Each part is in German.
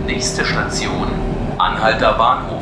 Nächste Station, Anhalter Bahnhof.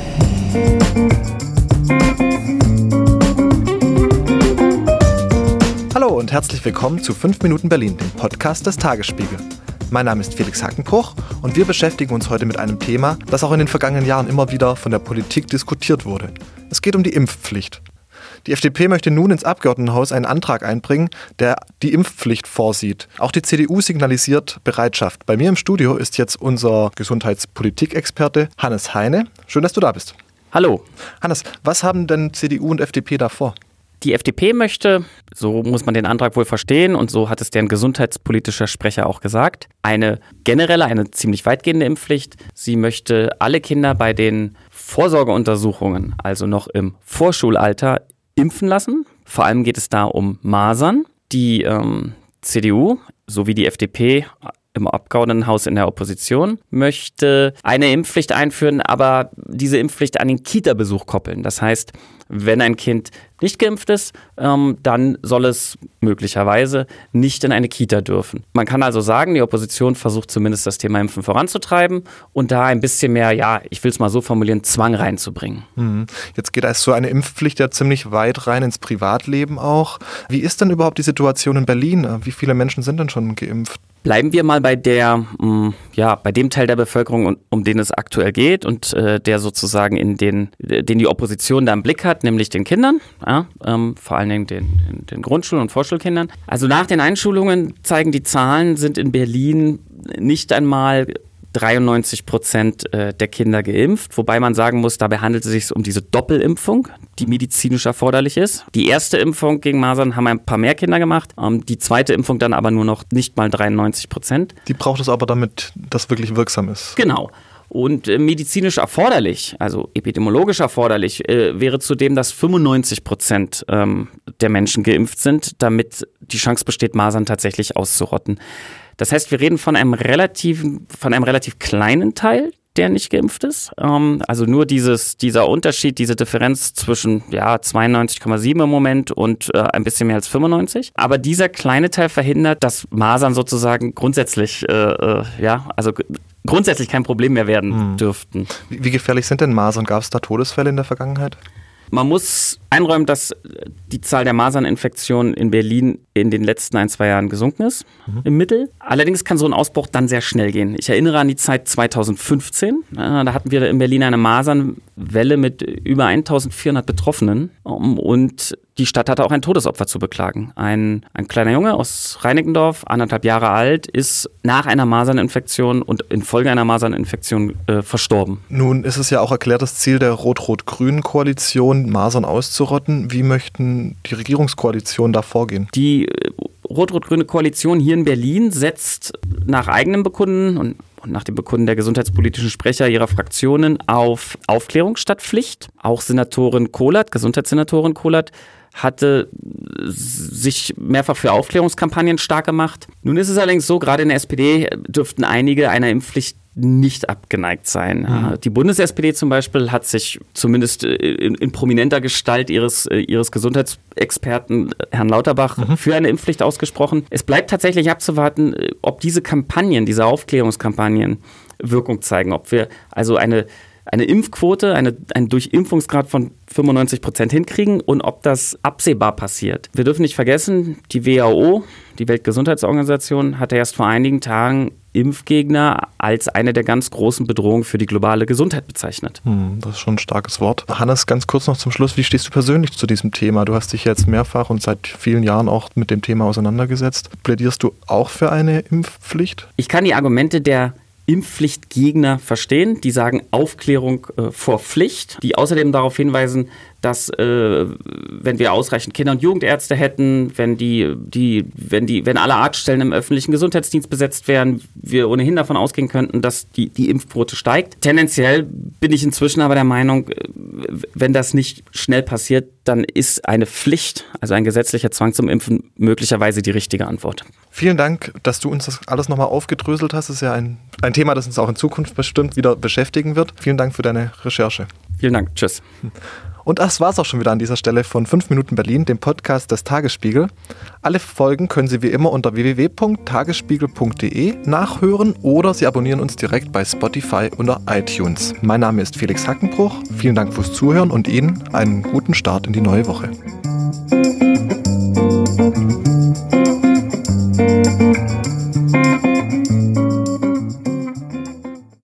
Hallo und herzlich willkommen zu 5 Minuten Berlin, dem Podcast des Tagesspiegel. Mein Name ist Felix Hackenbruch und wir beschäftigen uns heute mit einem Thema, das auch in den vergangenen Jahren immer wieder von der Politik diskutiert wurde. Es geht um die Impfpflicht. Die FDP möchte nun ins Abgeordnetenhaus einen Antrag einbringen, der die Impfpflicht vorsieht. Auch die CDU signalisiert Bereitschaft. Bei mir im Studio ist jetzt unser Gesundheitspolitikexperte Hannes Heine. Schön, dass du da bist. Hallo. Hannes, was haben denn CDU und FDP da vor? Die FDP möchte, so muss man den Antrag wohl verstehen und so hat es deren gesundheitspolitischer Sprecher auch gesagt, eine ziemlich weitgehende Impfpflicht. Sie möchte alle Kinder bei den Vorsorgeuntersuchungen, also noch im Vorschulalter, impfen lassen. Vor allem geht es da um Masern. Die CDU sowie die FDP im Abgeordnetenhaus in der Opposition möchte eine Impfpflicht einführen, aber diese Impfpflicht an den Kita-Besuch koppeln. Das heißt, wenn ein Kind nicht geimpft ist, dann soll es möglicherweise nicht in eine Kita dürfen. Man kann also sagen, die Opposition versucht zumindest das Thema Impfen voranzutreiben und da ein bisschen mehr, ich will es mal so formulieren, Zwang reinzubringen. Jetzt geht so eine Impfpflicht ja ziemlich weit rein ins Privatleben auch. Wie ist denn überhaupt die Situation in Berlin? Wie viele Menschen sind denn schon geimpft? Bleiben wir mal bei bei dem Teil der Bevölkerung, um den es aktuell geht und der sozusagen den die Opposition da im Blick hat, nämlich den Kindern, vor allen Dingen den Grundschul- und Vorschulkindern. Also nach den Einschulungen zeigen die Zahlen, sind in Berlin nicht einmal 93% der Kinder geimpft, wobei man sagen muss, dabei handelt es sich um diese Doppelimpfung, die medizinisch erforderlich ist. Die erste Impfung gegen Masern haben ein paar mehr Kinder gemacht, die zweite Impfung dann aber nur noch nicht mal 93%. Die braucht es aber, damit das wirklich wirksam ist. Genau. Und medizinisch erforderlich, also epidemiologisch erforderlich, wäre zudem, dass 95% der Menschen geimpft sind, damit die Chance besteht, Masern tatsächlich auszurotten. Das heißt, wir reden von einem relativ kleinen Teil, der nicht geimpft ist. Also nur dieser Unterschied, diese Differenz zwischen 92,7 im Moment und ein bisschen mehr als 95. Aber dieser kleine Teil verhindert, dass Masern sozusagen grundsätzlich kein Problem mehr werden dürften. Wie gefährlich sind denn Masern? Gab es da Todesfälle in der Vergangenheit? Man muss einräumen, dass die Zahl der Maserninfektionen in Berlin in den letzten 1-2 Jahren gesunken ist, im Mittel. Allerdings kann so ein Ausbruch dann sehr schnell gehen. Ich erinnere an die Zeit 2015. Da hatten wir in Berlin eine Masernwelle mit über 1400 Betroffenen und die Stadt hatte auch ein Todesopfer zu beklagen. Ein kleiner Junge aus Reinickendorf, 1,5 Jahre alt, ist nach einer Maserninfektion und infolge einer Maserninfektion verstorben. Nun ist es ja auch erklärtes Ziel der Rot-Rot-Grünen-Koalition, Masern auszurotten. Wie möchten die Regierungskoalitionen da vorgehen? Die Rot-Rot-Grüne Koalition hier in Berlin setzt nach eigenem Bekunden und nach dem Bekunden der gesundheitspolitischen Sprecher ihrer Fraktionen auf Aufklärung statt Pflicht. Auch Gesundheitssenatorin Kohlert, hatte sich mehrfach für Aufklärungskampagnen stark gemacht. Nun ist es allerdings so, gerade in der SPD dürften einige einer Impfpflicht nicht abgeneigt sein. Die Bundes-SPD zum Beispiel hat sich zumindest in prominenter Gestalt ihres Gesundheitsexperten Herrn Lauterbach für eine Impfpflicht ausgesprochen. Es bleibt tatsächlich abzuwarten, ob diese Aufklärungskampagnen Wirkung zeigen, ob wir also eine Impfquote, einen Durchimpfungsgrad von 95% hinkriegen und ob das absehbar passiert. Wir dürfen nicht vergessen, die WHO, die Weltgesundheitsorganisation, hatte erst vor einigen Tagen Impfgegner als eine der ganz großen Bedrohungen für die globale Gesundheit bezeichnet. Das ist schon ein starkes Wort. Hannes, ganz kurz noch zum Schluss, wie stehst du persönlich zu diesem Thema? Du hast dich jetzt mehrfach und seit vielen Jahren auch mit dem Thema auseinandergesetzt. Plädierst du auch für eine Impfpflicht? Ich kann die Argumente der Impfpflichtgegner verstehen, die sagen Aufklärung vor Pflicht, die außerdem darauf hinweisen, dass wenn wir ausreichend Kinder- und Jugendärzte hätten, wenn alle Arztstellen im öffentlichen Gesundheitsdienst besetzt wären, wir ohnehin davon ausgehen könnten, dass die Impfquote steigt. Tendenziell bin ich inzwischen aber der Meinung, wenn das nicht schnell passiert, dann ist eine Pflicht, also ein gesetzlicher Zwang zum Impfen, möglicherweise die richtige Antwort. Vielen Dank, dass du uns das alles nochmal aufgedröselt hast. Das ist ja ein Thema, das uns auch in Zukunft bestimmt wieder beschäftigen wird. Vielen Dank für deine Recherche. Vielen Dank. Tschüss. Und das war's auch schon wieder an dieser Stelle von 5 Minuten Berlin, dem Podcast des Tagesspiegel. Alle Folgen können Sie wie immer unter www.tagesspiegel.de nachhören oder Sie abonnieren uns direkt bei Spotify oder iTunes. Mein Name ist Felix Hackenbruch. Vielen Dank fürs Zuhören und Ihnen einen guten Start in die neue Woche.